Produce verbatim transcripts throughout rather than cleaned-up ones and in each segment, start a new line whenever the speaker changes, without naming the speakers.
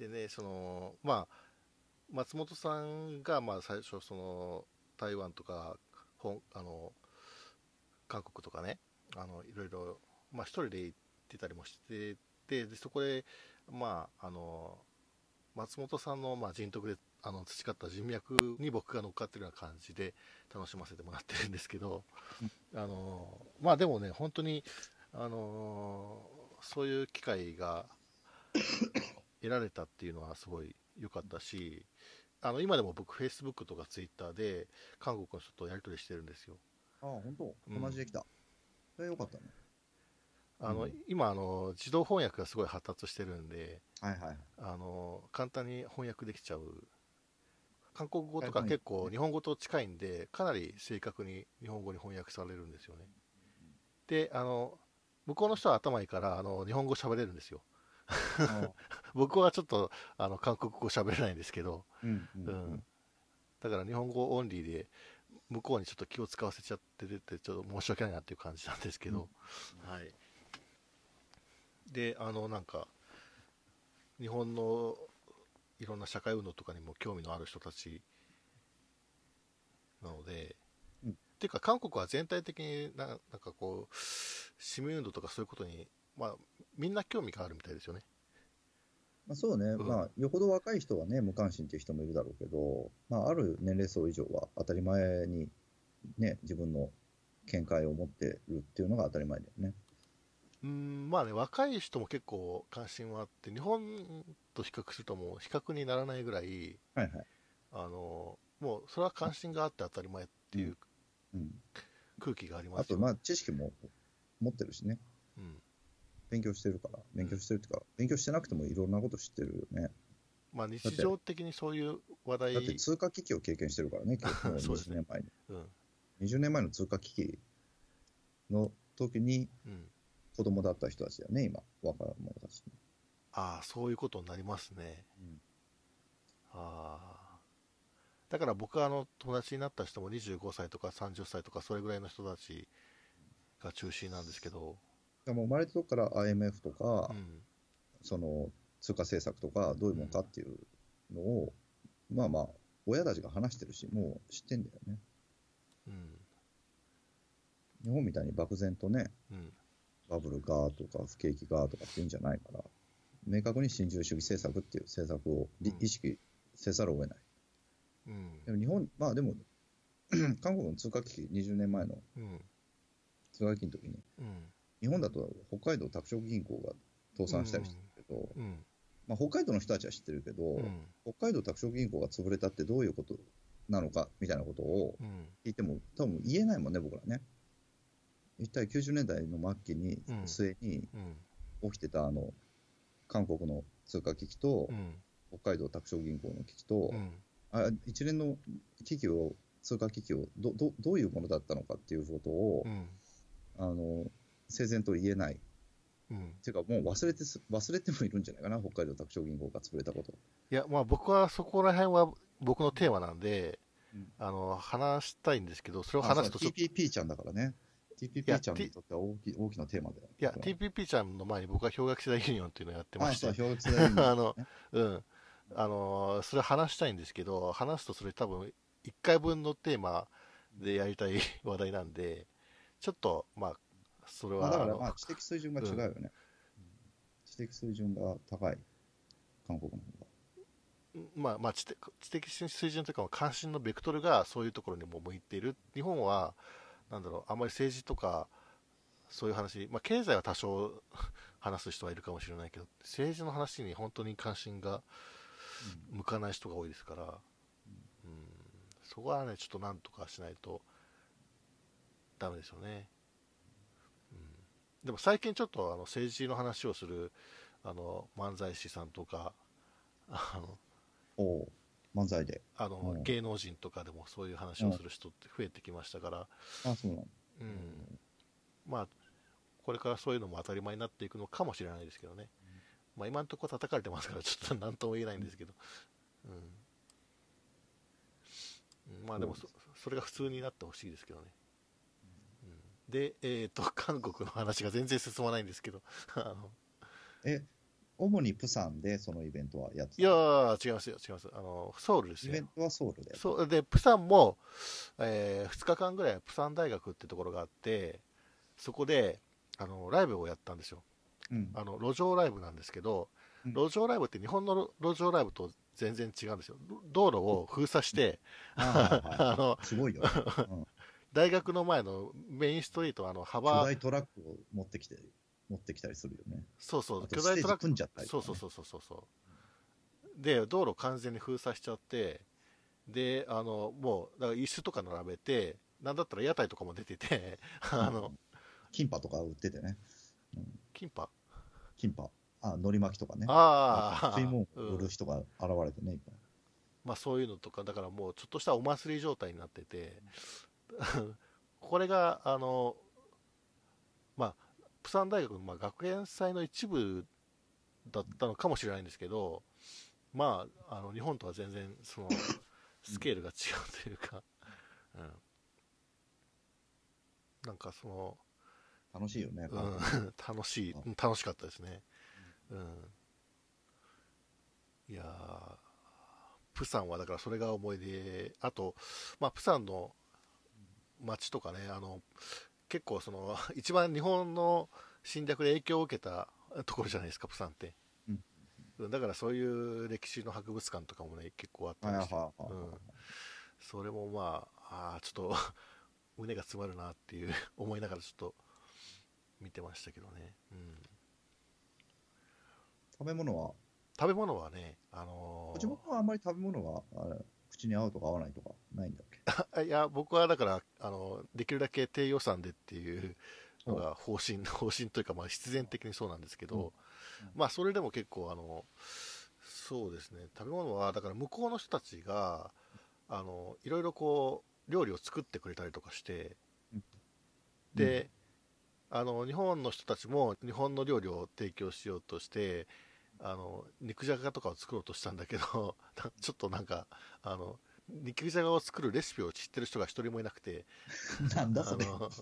でね、その、まあ、松本さんが、まあ、最初、その、台湾とか、ほあの、韓国とかね、あの、いろいろ、まあ、一人で行ってたりもしてて、で、そこで、まあ、あの、松本さんの、まあ、人徳で、あの、培った人脈に僕が乗っかってるような感じで楽しませてもらってるんですけど、あの、まあ、でもね、本当に、あの、そういう機会が得られたっていうのはすごい良かったし、あの今でも僕、Facebook とか Twitter で韓国の人とやり取りしてるんですよ。
ああ、本当
うん、
同じできた。それよかったね。
あの
うん。
今あの、自動翻訳がすごい発達してるんで、
はいはいはい。
あの簡単に翻訳できちゃう。韓国語とか
台本や
結構
ね。
日本語と近いんで、かなり正確に日本語に翻訳されるんですよね。で、あの向こうの人は頭いいからあの日本語喋れるんですよ。
ああ、
僕はちょっとあの韓国語喋れないんですけど、
うんう
うん、
んうん。
だから日本語オンリーで向こうにちょっと気を使わせちゃっててて、ちょっと申し訳ないなっていう感じなんですけ
うん
ど、はい。で、あの、なんか、日本のいろんな社会運動とかにも興味のある人たちなので、
うん。
っていうか、韓国は全体的にな、なんかこう、市民運動とかそういうことに、まあ、みんな興味があるみたいですよね。
まあ、そうね。
うん。
まあ、よほど若い人はね、無関心っていう人もいるだろうけど、まあ、ある年齢層以上は当たり前にね、自分の見解を持ってるっていうのが当たり前だよね。
うん、まあね、若い人も結構関心はあって、日本と比較するともう比較にならないぐらい、
はいはい。
あの、もうそれは関心があって当たり前って
うん。
いう
うん。
空気がありま
あと、
すよ。
まあ、知識も持ってるしね。
うん。
勉強してるから。勉強
うん。
してるっていうか、勉強してなくてもいろんなこと知ってるよね。
まあ
だって、
日常的にそういう話
だって
題、
通貨危機を経験してるからね、今日、もう20
そうですね。
年前に。
うん。
にじゅうねんまえの通貨危機の時に
うん。
子供だった人たちだよね、今、若者たち。
ああ、そういうことになりますね。
うん。
ああ。だから僕はあの友達になった人もにじゅうごさいとかさんじゅっさいとかそれぐらいの人たちが中心なんですけど、
でも生まれた時から アイエムエフ とか、
うん。
その通貨政策とかどういうもん
うん。
かっていうのを、まあまあ、親たちが話してるし、もう知ってんだよね。
うん。
日本みたいに漠然とね、
うん。
バブルがとか不景気がとかっていうんじゃないから、明確に新自由主義政策っていう政策を
うん。
意識せざるを得ない。
うん。
でも日本、まあでも、韓国の通貨危機、にじゅうねんまえの
うん。
通貨危機の時に、
うん。
日本だと北海道拓殖銀行が倒
うん。
産したりしてるけど、
うん。
まあ、北海道の人たちは知ってるけど、
うん。
北海道拓殖銀行が潰れたってどういうことなのかみたいなことを
うん。
聞いても多分言えないもんね、僕らね。一体きゅうじゅうねんだいの末期に、
うん。
末に
うん。
起きてたあの、韓国の通貨危機と、
うん。
北海道拓殖銀行の危機と、
うん。
あ一連の危機を、通貨危機をどどどういうものだったのかっていうことを、
うん。
あの、整然と言えない。
うん。
ていうか、もう忘れてす、忘れてもいるんじゃないかな、北海道拓殖銀行が潰れたこと。
いや、まあ僕はそこら辺は僕のテーマなんで、
うん。
あの、話したいんですけど、それを
あ、そうだ、
話すとちょっと、
ティーピーピー ちゃんだからね。
いや、
ティーピーピー ちゃんに
T、
とっては大きい大きなテーマだよ、
いや、
これは。
ティーピーピー ちゃんの前に僕は氷河期世代ユニオンっていうのをやってま
ああ、そう、
して、
氷河期世代ユニオン
あの、
ね。
うん、あの、それ話したいんですけど、話すとそれ多分いっかいぶんのテーマでやりたい話題なんで、ちょっと、まあ、それ
まあ、だ
は、あの、
からまあ、知的水準が
うん、
違うよね。知的水準が高い、韓国の方が。
まあ、まあ知的、知的水準というか、関心のベクトルがそういうところにも向いている。日本は、なんだろう、あんまり政治とか、そういう話、まあ、経済は多少話す人はいるかもしれないけど、政治の話に本当に関心が
うん。
向かない人が多いですから、うん、そこはね、ちょっとなんとかしないとダメですよね。うん、でも最近ちょっとあの政治の話をするあの漫才師さんとか、あの
おお、漫才で。
あの
うん。
芸能人とかでもそういう話
うん。
をする人って増えてきましたから、
あ、そうなの。
うん、
お
まあ、これからそういうのも当たり前になっていくのかもしれないですけどね。まあ、今のところ叩かれてますから、ちょっと何とも言えないん
ー
ですけど、うん、まあでもそ、
そうです。
それが普通になってほしいですけどね。うん、で、えっ、ー、と、韓国の話が全然進まないんですけど、あの、
え、 主にプサンでそのイベントはやってた。
いやー、違いますよ、違います。あの、ソウルですよ。
イベントはソウルで。
そう、で、プサンも、えー、ふつかかんぐらいプサン大学ってところがあって、そこで、あの、ライブをやったんですよ。
うん。
あの、路上ライブなんですけど、
うん、
路上ライブって日本の路上ライブと全然違うんですよ。道路を封鎖して、
ああ、はいはい
あの、
はい。すごいよね。うん。
大学の前のメインストリート、あの、幅、
巨大トラックを持ってきて、持ってきたりするよね。
そうそう、
あと
巨大トラック、
ステージ組んじゃったりとかね。
そうそうそうそうそうそう。で、道路完全に封鎖しちゃって、で、あの、もう、だから椅子とか並べて、なんだったら屋台とかも出てて、
うん、
あの、
キンパとか売っててね。うん、
キンパ
キンパ。あ、海苔巻きとかね。あ、水
ああ、
門を
うん。
売る人が現れてね、いっぱい。
まあそういうのとか、だからもうちょっとしたお祭り状態になってて、これが、あの、まあ、プサン大学のまあ学園祭の一部だったのかもしれないんですけど、まあ、あの日本とは全然その
うん、
スケールが違うというか、うん、なんかその、
楽しいよね、
うん、
韓国。
楽しい、
あ、
楽しかったですね。うん、いやー、プサンはだからそれが思い出、あと、まあ、プサンの街とかね、あの結構その一番日本の侵略で影響を受けたところじゃないですか、プサンって。
うん。
だからそういう歴史の博物館とかもね、結構あった
はいはい
りして、
はいは
うん、それもまあ、あーちょっと胸が詰まるなっていう思いながらちょっと見てましたけどね。うん、
い。食べ物は、
食べ物はね、あの
地元はあんまり食べ物があれ口に合うとか合わないとかないんだっけ？
ーいや、僕はだから、あのできるだけ低予算でっていうの
おう。
が方針、方針というか、まあ必然的にそうなんですけ
うん。
ど、まあそれでも結構、あの、そうですね、食べ物は、だから向こうの人たちが、あの、いろいろこう、料理を作ってくれたりとかして、
うん。うん。
で、あの、日本の人たちも日本の料理を提供しようとして、あの、肉じゃがとかを作ろうとしたんだけど、ちょっとなんか、あの、肉じゃがを作るレシピを知ってる人が一人もいなくて、
なんだそれ。
あの、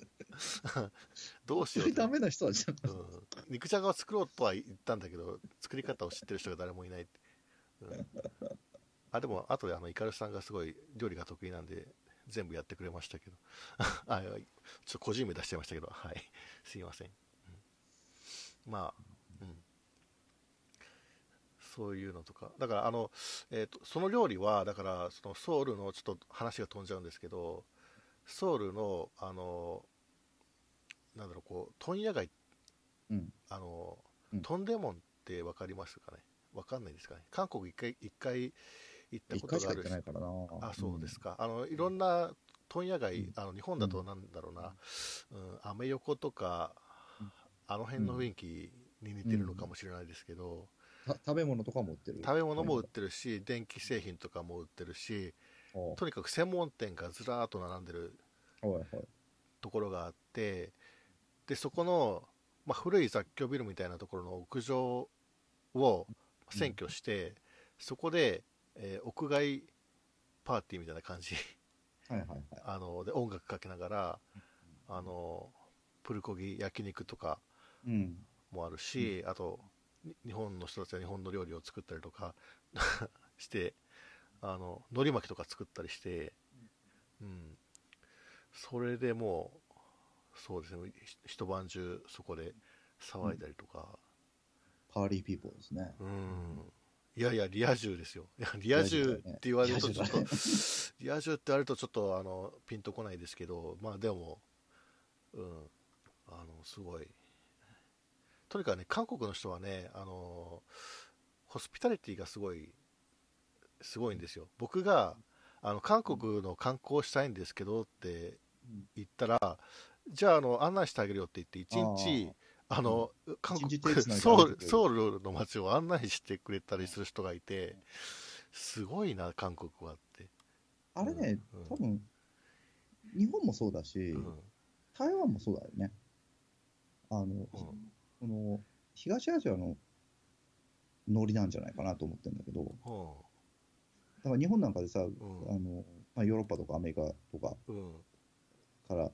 どうしようって、
本当にダメな人はじゃん。
うん、肉じゃがを作ろうとは言ったんだけど、作り方を知ってる人が誰もいないって、うん、あ、でも、後であの、イカルさんがすごい料理が得意なんで、全部やってくれましたけど。あ、ちょっと個人名出しちゃいましたけど、はい。すいません。うん、まあ、うん。そういうのとか。だから、あの、えっ、と、その料理は、だから、そのソウルの、ちょっと話が飛んじゃうんですけど、ソウルの、あの、なんだろう、こう、問屋街、
うん。
あの、
うん。
トンデモンってわかりますかね？わかんないですかね？韓国一回、一回行った
一回しか行っ
ことがあるし、
てないからな。
あ、
うん。
そうですか。あの、いろんな問屋街、
うん。
あの、日本
うん。
だとなんだろうな、うん、アメ横とか、あの辺の雰
うん。
囲気に似てるのか
うん。
もしれないですけど、
た食べ物とかも売ってる
食べ物も売っ
本屋が。
てるし、電気製品とかも売ってるし、
おう。
とにかく専門店がずらーっと並んでる
はいはい。
ところがあって、で、そこの、まあ、古い雑居ビルみたいなところの屋上を
うん。
占拠して、そこで、えー屋外パーティーみたいな感じ
はいはいはい。
あので音楽かけながら、あのプルコギ焼肉とか
うん。
もある
うん。
し、あと日本の人たちが日本の料理を作ったりとかして、あの海苔巻きとか作ったりして、うん、それでもうそうですね、一晩中そこで騒い
うん。
だりとか、
パーリーピーポーですね。
う
うん。
ん、いやいやリア充ですよ。いやリア
リア充
充って
だよね。
言われ
リ
るとちょっと
ア充だね。
リア充って言われるとちょっとあのピンとこないですけど、まあでも、うん、あのすごい、とにかくね、韓国の人はね、あのホスピタリティがすごいすごいんですよ。僕があの韓
うん。
国の観光したいんですけどって
うん。
言ったら、じゃあ、あの案内してあげるよって言って、一日、
ああ。
あ
うん。
の韓国、
一日手つないで歩
ソウル、
いてくれる。
ソウルの街を案内してくれた
うん。
りする人がいて、すごいな、韓国はって。うん、うん、
あれね、多分、日本もそうだし、
うん、
台湾もそうだよね。あの、
うん、
この、東アジアのノリなんじゃないかなと思ってるんだけど、だから日本なんかでさ、あ
うん、
の、まあ、ヨーロッパとかアメリカとか
うん、
から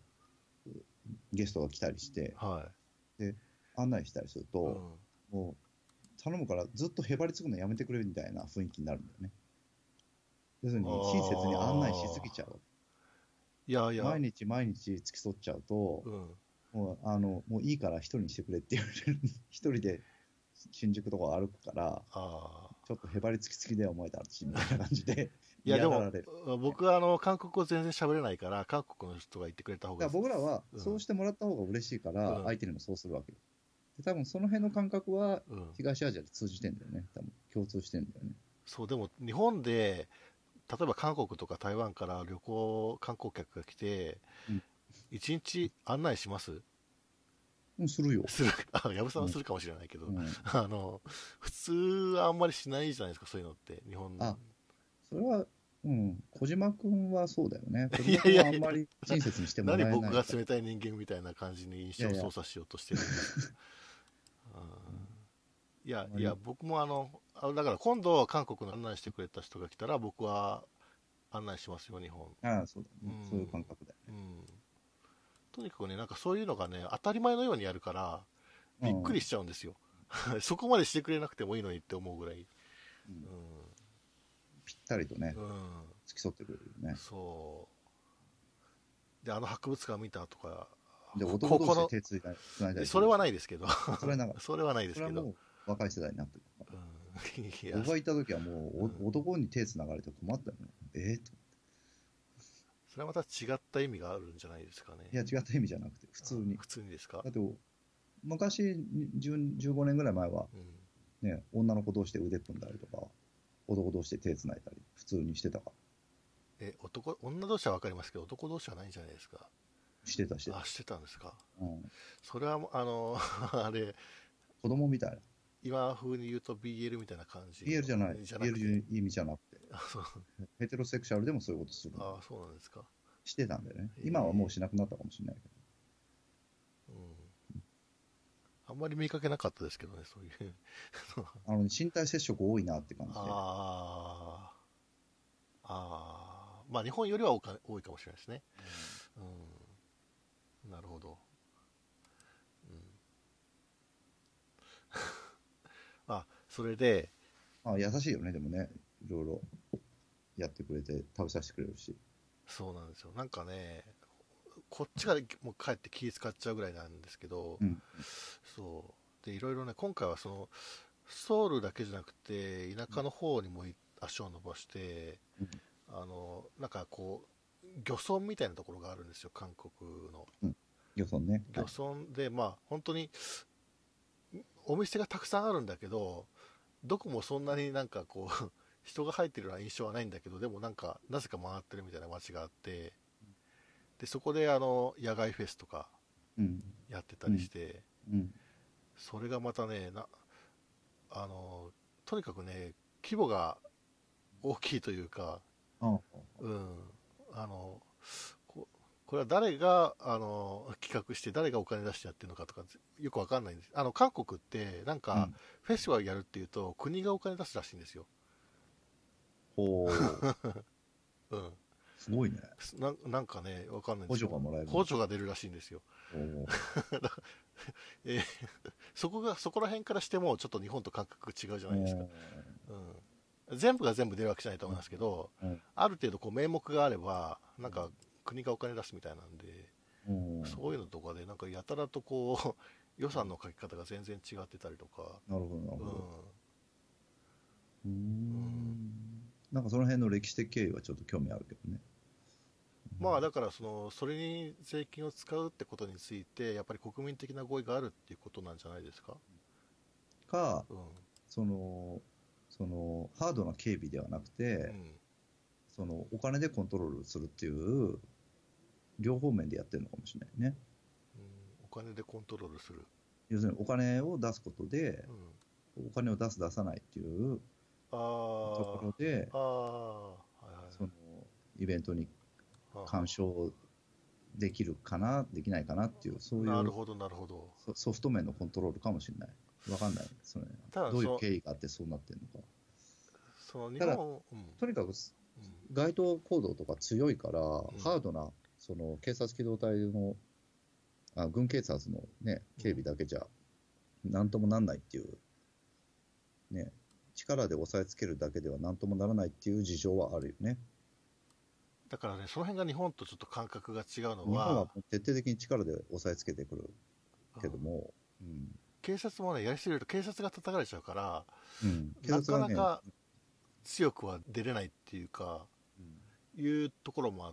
ゲストが来たりして、
は
で、案内したりする
い、う
と、
ん、
もう、 頼むからずっとへばりつくのやめてくれみたいな雰囲気になるんだよね。要するに親切に案内しすぎちゃう。
いやいや、
毎日毎日付き添っちゃうと、
うん、
もうあのもういいから一人にしてくれって言われる。一人で新宿とか歩くから、
あ
ちょっとへばりつきすぎだよ、お前たちみたいな感じで
いやでも
嫌がられる。
僕はあの韓国語全然喋れないから韓国の人が言ってくれた方が
だから僕らは
うん
そうしてもらった方が嬉しいから
うん
相手にもそうするわけよ。で多分その辺の感覚は
うん、
東アジアで通じてんだよね。多分共通してんだよね。
そうでも日本で例えば韓国とか台湾から旅行観光客が来て
うん
一日案内します？
うんするよ。
するあ矢部さん
うん
はするかもしれないけど、
うん、
あの普通はあんまりしないじゃないですかそういうのって日本
あ、それは、うん、小島君はそうだよね。小
い
島君
やいやいや
はあんまり親切にしてもらえないから。
何僕が冷たい人間みたいな感じに印象
いやいや
操作しようとしてるんですか？あーいや
あんまり
いや僕もあのあだから今度韓国の案内してくれた人が来たら僕は案内しますよ日本。
ああ、そうだね。
うん
そういう感覚だよ
う
ね。
んとにかくねなんかそういうのがね当たり前のようにやるからびっくりしちゃうんですよそこまでしてくれなくてもいいのにって思うぐらい、
うん
う
ぴったりとね、
んうん、
付き添ってくれるよね。
そうであの博物館見たとか
で、
こ
男同士
この
で手ついたりつないだりす
それ
るでしょ。
はないですけど
それはなんか、
それはないですけど、
それはもう若い世代になってるから。
うん、いや
僕が行った時はもう、
うん
お男に手つながれて困ったよね。ええと。
それはまた違った意味があるんじゃないですかね。
いや、違った意味じゃなくて、普通に。
普通にですか
だって、昔、じゅう じゅうごねんぐらい前は、
うん
ね、女の子同士で腕組んだりとか、男同士で手つないだり、普通にしてたか
え男女同士は分かりますけど男同士はないんじゃないですか？
ら。してたしてた。
あしてたんですか？
うん、
それはあのあれ
子供みたいな。
今風に言うと ビーエル みたいな感じ
ビーエル じゃない。
じゃなく
ビーエル
て
意味じゃなくて。
あそう
ヘテロセクシャルでもそういうことするの。
あそうなんですか？
してたんだよね。
へえ
今はもうしなくなったかもしれないけ
うんあんまり見かけなかったですけどねそういう
ど。あの、身体接触多いなって感じで。
あーあーまあ日本よりは多か多いかもしれないですねうんなるほど、うん、あそれで
あ優しいよね、でもね。いろいろやってくれて、食べさせてくれるし。
そうなんですよなんかねこっちがもう帰って気使っちゃうぐらいなんですけど、
うん。
そうでいろいろね今回はそのソウルだけじゃなくて田舎の方にもい足を伸ばして
うん
あのなんかこう漁村みたいなところがあるんですよ韓国の
うん。漁村ね。
漁村で、まあ本当にお店がたくさんあるんだけどどこもそんなになんかこう人が入ってるような印象はないんだけどでもなんかなぜか回ってるみたいな街があってでそこであの野外フェスとか
うん。
やってたりして、
うん。
それがまたねなあのとにかくね規模が大きいというか、
ああ
うん、あのここれは誰があの企画して誰がお金出してやってるのかとかよくわかんないんです。あの韓国ってなんか、
うん
フェスティバルやるっていうと国がお金出すらしいんですよ。
ほう。
うん、
すごいね。
ななんかねわかんないんですけど
補助がもらえる
補助が出るらしいんですよ。
おー
えーそこがそこら辺からしてもちょっと日本と感覚違うじゃないですか。うん全部が全部出るわけじゃないと思いますけど、
うん
ある程度こう名目があればなんか国がお金出すみたいなんで、
うん
そういうのとかでなんかやたらとこう予算の書き方が全然違ってたりとか、
なるほど、なる
うん
ほど。うーん。なんかその辺の歴史的経緯はちょっと興味あるけどね。
まあだからそのそれに税金を使うってことについてやっぱり国民的な合意があるっていうことなんじゃないですか。
か、
うん
その、その、ハードな警備ではなくて、
うん
その、お金でコントロールするっていう、両方面でやってるのかもしれないね。
うん、お金でコントロールする、
要するにお金を出すことで
う、ん、
お金を出す出さないっていう
あ
ところで
あ、ああ、はいはい
そのイベントに
はあ
干渉できるかな、できないかなっていう、そういう
なるほどなるほど。
ソソフト面のコントロールかもしれない。わかんない。それ
ただそ
どういう経緯があってそうなってるのか。
その日
ただ
本、うん
とにかく
うん
街頭行動とか強いから、
ん
ハードなその警察機動隊のあ軍警察の、ね、警備だけじゃなんともなんないっていうね、力で押さえつけるだけでは何ともならないっていう事情はあるよね。
だからね、その辺が日本とちょっと感覚が違うの
日本は
は、
もう徹底的に力で押さえつけてくる
うん
けども、うん、
警察もね、やりすぎると警察が叩かれちゃうから、
うん、警
な
察がね、
かなか強くは出れないっていうか、
うん、
いうところもあって、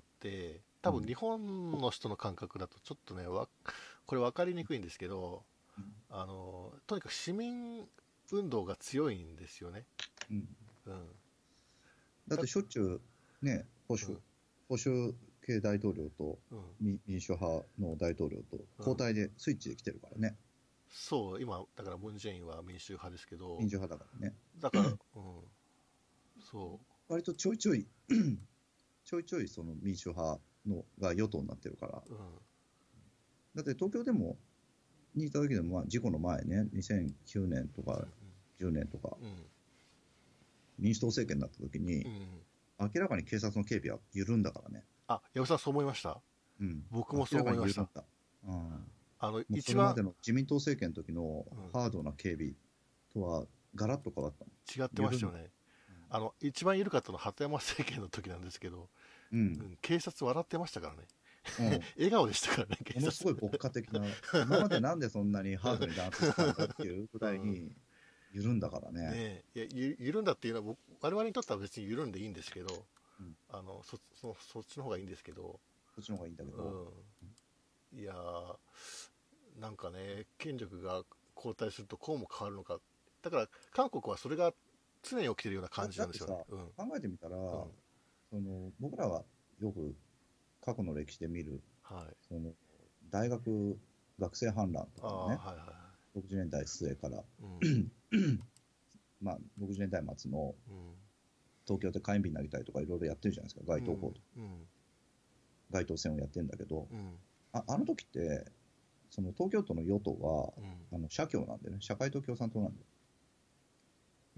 多分日本の人の感覚だとちょっとね、わこれ分かりにくいんですけど、
うん、
あのとにかく市民運動が強いんですよね。
うん、
うん。だ
だってしょっちゅうね、保守、
うん
保守系大統領と
うん
民民主派の大統領と
うん
交代でスイッチで来てるからね、
そう、今、だからムン・ジェインは民主派ですけど、
民主派だからね。
だから、うん、そ
割とちょいちょいちょいちょいその民主派のが与党になってるから。
う、うん、
だって東京でも、にいた時でも、まあ、事故の前ね、にせんきゅうねんとかじゅうねんとか、
うん、
民主党政権になった時に、
うん。
明らかに警察の警備は緩んだからね。
あ、矢部さんそう思いました？
うん。
僕もそう思いました。
明らかに緩んだ。うん。も
あの、
うそ
一番、
れまでの自民党政権の時の
うん、
ハードな警備とはガラッと変わったの。
違ってましたよ
緩ん
ね。あの、一番緩かったのは鳩山政権の時なんですけど、
うん。
うん、警察笑ってましたからね。
うん。
笑顔でしたからね、警
ものすごい
察。
牧歌的な、今までなんでそんなにハードに弾圧したんだっていうぐらいに緩んだからね。
ねえ、いや、ゆ緩んだっていうのは僕、我々にとっては別に緩んでいいんですけど、
うん。
あの、そ、そ、そっちの方がいいんですけど、
そっちの方がいいんだけど。
うん。いやー、なんかね、権力が交代するとこうも変わるのか。だから、韓国はそれが常に起きてるような感じ
だってさ、
なんですよね。うん。
考えてみたら、
うん。
その僕らはよく過去の歴史で見る、
はい。
その大学学生反乱と
ああ、
かのね、
はいはいは
ろくじゅうねんだい末から、
い。うん。
まあ、ろくじゅうねんだい末の
うん。
東京で火炎瓶投げたりとかいろいろやってるじゃないですか、街頭報道、
うん。
街頭戦をやってるんだけど、
うん。
ああの時って、その東京都の与党は、
うん。
あの社協なんでね、社会党共産党なんで、
うん。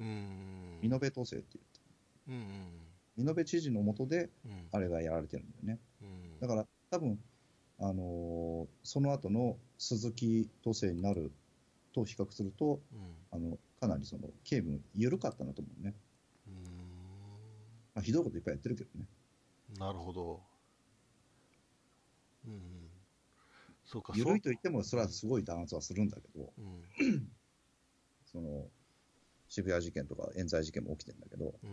美濃部都政って
うん。うん。
言って、美濃部知事の下で、
うん。
あれがやられてるんだよね。
うん。
だから多分、あのーその後の鈴木都政になると比較すると、
うん。
あのかなりその警備緩かったなと思うね。
う
まあ、ひどいこといっぱいやってるけどね。
ん。なるほど。うん。そうか、そう。
緩いと言っても、それはすごい弾圧はするんだけど、
うん。
その渋谷事件とか冤罪事件も起きてるんだけど、
うん。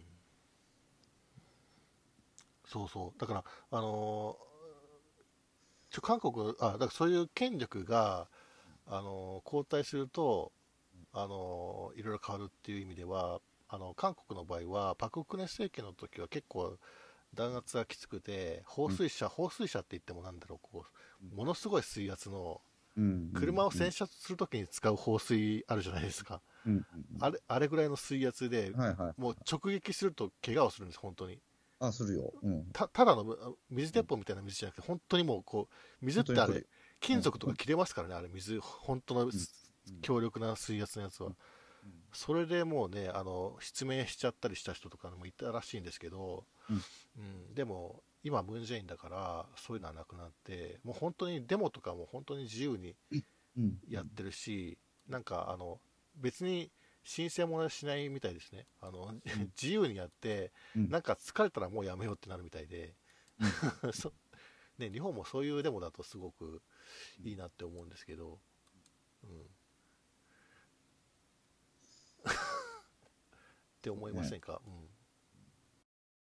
そうそう。だから、あのーちょ韓国、あ、だからそういう権力が、あのー交代すると、あのーいろいろ変わるっていう意味では、あの韓国の場合は、パク・クネ政権の時は結構弾圧がきつくて、放
うん
水車、放水車って言ってもなんだろう、こう、ものすごい水圧の、
うん
車を洗車するときに使う放水あるじゃないですか。
うんうん
あれ、あれぐらいの水圧で、
うん、はいはい。
もう直撃すると怪我をするんです、本当に。
あ、するよ。うん。
たただのむ水鉄砲みたいな水じゃなくて、本当にもうこう、水ってあれ、
本当にこれ、うん、
金属とか切れますからね、あれ、水、本当の
うん、
強力な水圧のやつは。
うん、
それでもうね、あの、失明しちゃったりした人とかもいたらしいんですけど、
うん、
うん、でも、今、ムン・ジェインだから、そういうのはなくなって、もう本当にデモとかも本当に自由に
うん、
やってるし、なんか、あの、別に申請もしないみたいですね。あの、
うん、
自由にやって、
うん、
なんか疲れたらもうやめようってなるみたいで、
うん、
そね、日本もそういうデモだとすごくいいなって思うんですけど、うん、って思いま
ね。
せんか？うん。